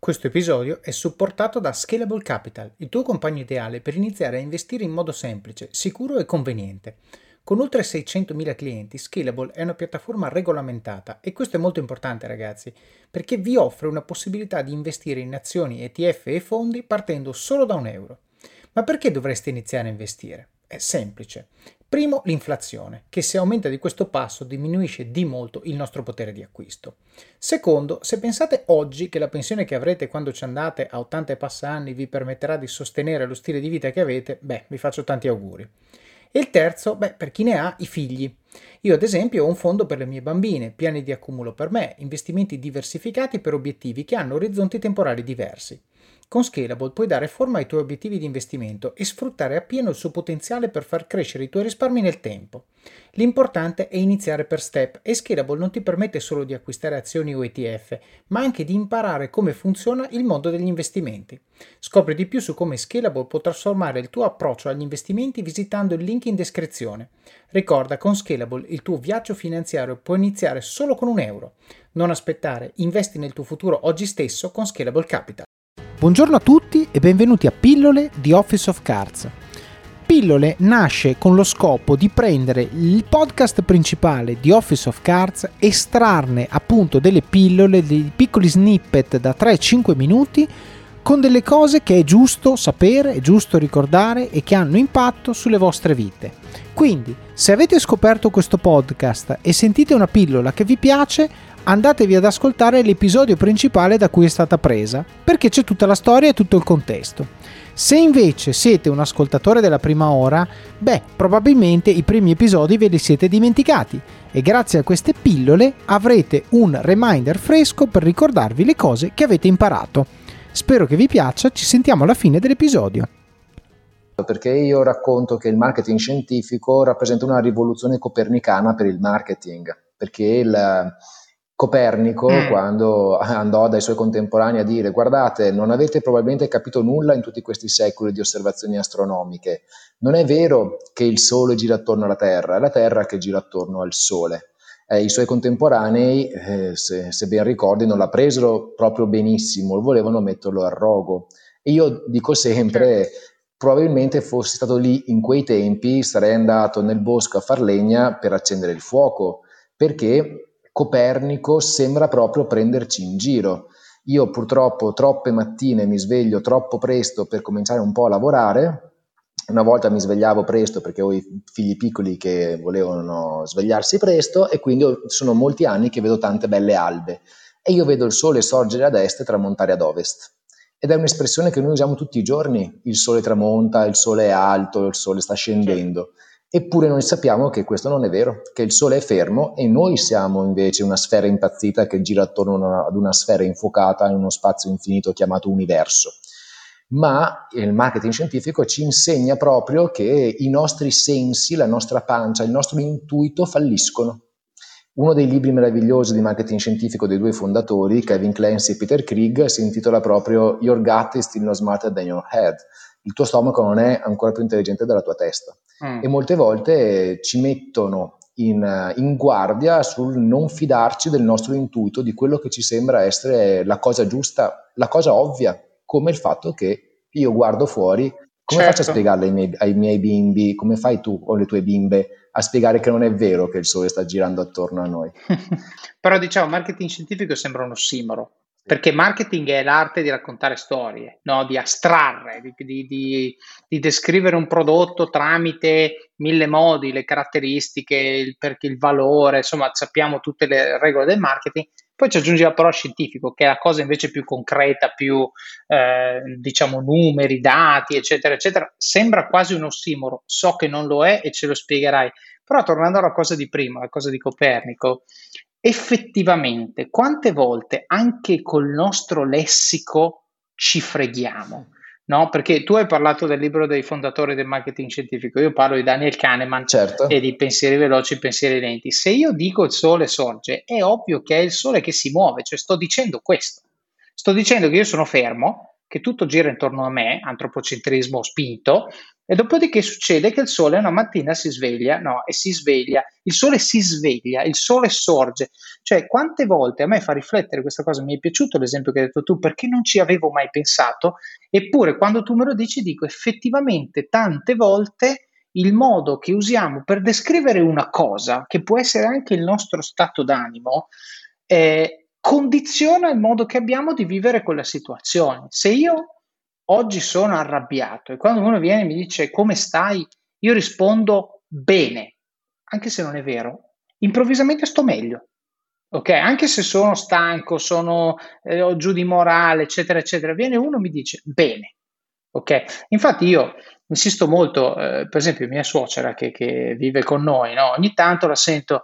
Questo episodio è supportato da Scalable Capital, il tuo compagno ideale per iniziare a investire in modo semplice, sicuro e conveniente. Con oltre 600.000 clienti, Scalable è una piattaforma regolamentata e questo è molto importante, ragazzi, perché vi offre una possibilità di investire in azioni, ETF e fondi partendo solo da €1. Ma perché dovreste iniziare a investire? È semplice. Primo, l'inflazione, che se aumenta di questo passo diminuisce di molto il nostro potere di acquisto. Secondo, se pensate oggi che la pensione che avrete quando ci andate a 80 e passa anni vi permetterà di sostenere lo stile di vita che avete, vi faccio tanti auguri. E il terzo, per chi ne ha, i figli. Io ad esempio ho un fondo per le mie bambine, piani di accumulo per me, investimenti diversificati per obiettivi che hanno orizzonti temporali diversi. Con Scalable puoi dare forma ai tuoi obiettivi di investimento e sfruttare appieno il suo potenziale per far crescere i tuoi risparmi nel tempo. L'importante è iniziare per step e Scalable non ti permette solo di acquistare azioni o ETF, ma anche di imparare come funziona il mondo degli investimenti. Scopri di più su come Scalable può trasformare il tuo approccio agli investimenti visitando il link in descrizione. Ricorda, con Scalable il tuo viaggio finanziario può iniziare solo con €1. Non aspettare, investi nel tuo futuro oggi stesso con Scalable Capital. Buongiorno a tutti e benvenuti a Pillole di Office of Cards. Pillole nasce con lo scopo di prendere il podcast principale di Office of Cards, estrarne appunto delle pillole, dei piccoli snippet da 3-5 minuti con delle cose che è giusto sapere, è giusto ricordare e che hanno impatto sulle vostre vite. Quindi, se avete scoperto questo podcast e sentite una pillola che vi piace, andatevi ad ascoltare l'episodio principale da cui è stata presa, perché c'è tutta la storia e tutto il contesto. Se invece siete un ascoltatore della prima ora, probabilmente i primi episodi ve li siete dimenticati e grazie a queste pillole avrete un reminder fresco per ricordarvi le cose che avete imparato. Spero che vi piaccia, ci sentiamo alla fine dell'episodio. Perché io racconto che il marketing scientifico rappresenta una rivoluzione copernicana per il marketing, perché il Copernico, quando andò dai suoi contemporanei a dire: guardate, non avete probabilmente capito nulla in tutti questi secoli di osservazioni astronomiche, non è vero che il Sole gira attorno alla Terra, è la Terra che gira attorno al Sole. I suoi contemporanei, se ben ricordi, non la presero proprio benissimo, volevano metterlo al rogo. E io dico sempre, probabilmente fossi stato lì in quei tempi, sarei andato nel bosco a far legna per accendere il fuoco, perché Copernico sembra proprio prenderci in giro. Io purtroppo troppe mattine mi sveglio troppo presto per cominciare un po' a lavorare. Una volta mi svegliavo presto perché ho i figli piccoli che volevano svegliarsi presto e quindi sono molti anni che vedo tante belle albe e io vedo il sole sorgere ad est e tramontare ad ovest. Ed è un'espressione che noi usiamo tutti i giorni: il sole tramonta, il sole è alto, il sole sta scendendo. Eppure noi sappiamo che questo non è vero, che il Sole è fermo e noi siamo invece una sfera impazzita che gira attorno ad una sfera infuocata in uno spazio infinito chiamato universo. Ma il marketing scientifico ci insegna proprio che i nostri sensi, la nostra pancia, il nostro intuito falliscono. Uno dei libri meravigliosi di marketing scientifico dei due fondatori, Kevin Clancy e Peter Krieg, si intitola proprio Your gut is still not smarter than your head. Il tuo stomaco non è ancora più intelligente della tua testa. E molte volte ci mettono in guardia sul non fidarci del nostro intuito, di quello che ci sembra essere la cosa giusta, la cosa ovvia, come il fatto che io guardo fuori. Come faccio a spiegarle ai miei bimbi, come fai tu o le tue bimbe a spiegare che non è vero che il sole sta girando attorno a noi? Però diciamo, marketing scientifico sembra un ossimoro, perché marketing è l'arte di raccontare storie, no? Di astrarre, di descrivere un prodotto tramite 1000 modi, le caratteristiche, perché il valore, insomma sappiamo tutte le regole del marketing. Poi ci aggiunge la parola scientifico, che è la cosa invece più concreta, più diciamo numeri, dati, eccetera, eccetera. Sembra quasi un ossimoro, so che non lo è e ce lo spiegherai. Però tornando alla cosa di prima, la cosa di Copernico, effettivamente quante volte anche col nostro lessico ci freghiamo? No? Perché tu hai parlato del libro dei fondatori del marketing scientifico, io parlo di Daniel Kahneman, certo, e di pensieri veloci, pensieri lenti. Se io dico il sole sorge, è ovvio che è il sole che si muove, cioè sto dicendo questo. Sto dicendo che io sono fermo, che tutto gira intorno a me, antropocentrismo spinto, e dopodiché succede che il sole una mattina si sveglia, il sole si sveglia, il sole sorge. Cioè, quante volte a me fa riflettere questa cosa, mi è piaciuto l'esempio che hai detto tu, perché non ci avevo mai pensato, eppure quando tu me lo dici dico effettivamente tante volte il modo che usiamo per descrivere una cosa, che può essere anche il nostro stato d'animo, condiziona il modo che abbiamo di vivere quella situazione. Se io oggi sono arrabbiato e quando uno viene e mi dice come stai, io rispondo bene, anche se non è vero, improvvisamente sto meglio. Ok, anche se sono stanco, ho giù di morale, eccetera, eccetera, viene uno e mi dice bene. Ok, infatti io insisto molto, per esempio mia suocera che vive con noi, no? Ogni tanto la sento,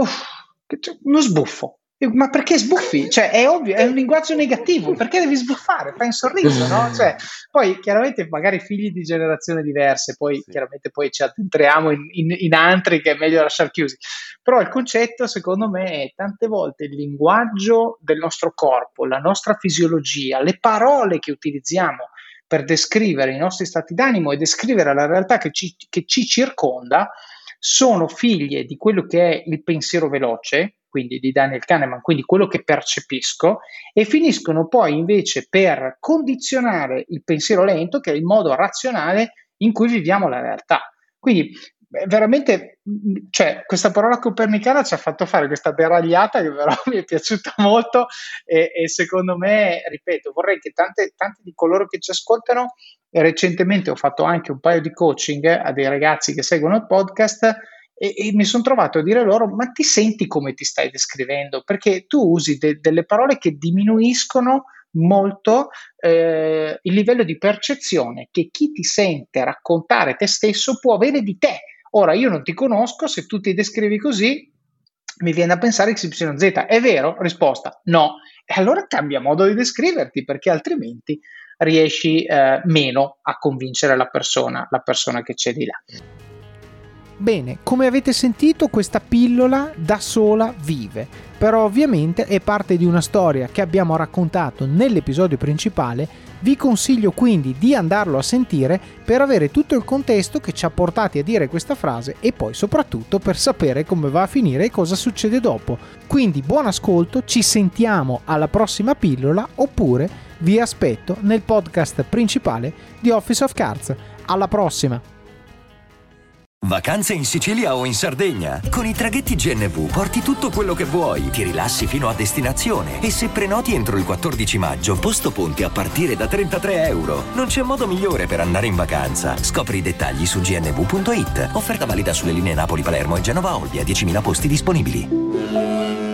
uno sbuffo. Ma perché sbuffi? Cioè, è ovvio, è un linguaggio negativo, perché devi sbuffare? Fai un sorriso, no? Cioè, poi chiaramente magari figli di generazioni diverse, poi chiaramente poi ci addentriamo in antri che è meglio lasciare chiusi. Però il concetto, secondo me, è tante volte il linguaggio del nostro corpo, la nostra fisiologia, le parole che utilizziamo per descrivere i nostri stati d'animo e descrivere la realtà che ci circonda, sono figlie di quello che è il pensiero veloce, quindi di Daniel Kahneman, quindi quello che percepisco, e finiscono poi invece per condizionare il pensiero lento, che è il modo razionale in cui viviamo la realtà. Quindi veramente, cioè, questa parola copernicana ci ha fatto fare questa deragliata che però mi è piaciuta molto e secondo me, ripeto, vorrei che tanti di coloro che ci ascoltano, e recentemente ho fatto anche un paio di coaching a dei ragazzi che seguono il podcast e mi sono trovato a dire loro: ma ti senti come ti stai descrivendo? Perché tu usi delle parole che diminuiscono molto il livello di percezione che chi ti sente raccontare te stesso può avere di te. Ora, io non ti conosco, se tu ti descrivi così mi viene a pensare XYZ. È vero? Risposta: no. E allora cambia modo di descriverti, perché altrimenti riesci meno a convincere la persona che c'è di là. Bene, come avete sentito, questa pillola da sola vive, però ovviamente è parte di una storia che abbiamo raccontato nell'episodio principale. Vi consiglio quindi di andarlo a sentire per avere tutto il contesto che ci ha portati a dire questa frase e poi soprattutto per sapere come va a finire e cosa succede dopo. Quindi buon ascolto, ci sentiamo alla prossima pillola oppure vi aspetto nel podcast principale di Office of Cards. Alla prossima! Vacanze in Sicilia o in Sardegna? Con i traghetti GNV porti tutto quello che vuoi, ti rilassi fino a destinazione e se prenoti entro il 14 maggio, posto ponti a partire da €33. Non c'è modo migliore per andare in vacanza. Scopri i dettagli su gnv.it. Offerta valida sulle linee Napoli-Palermo e Genova-Olbia, 10.000 posti disponibili.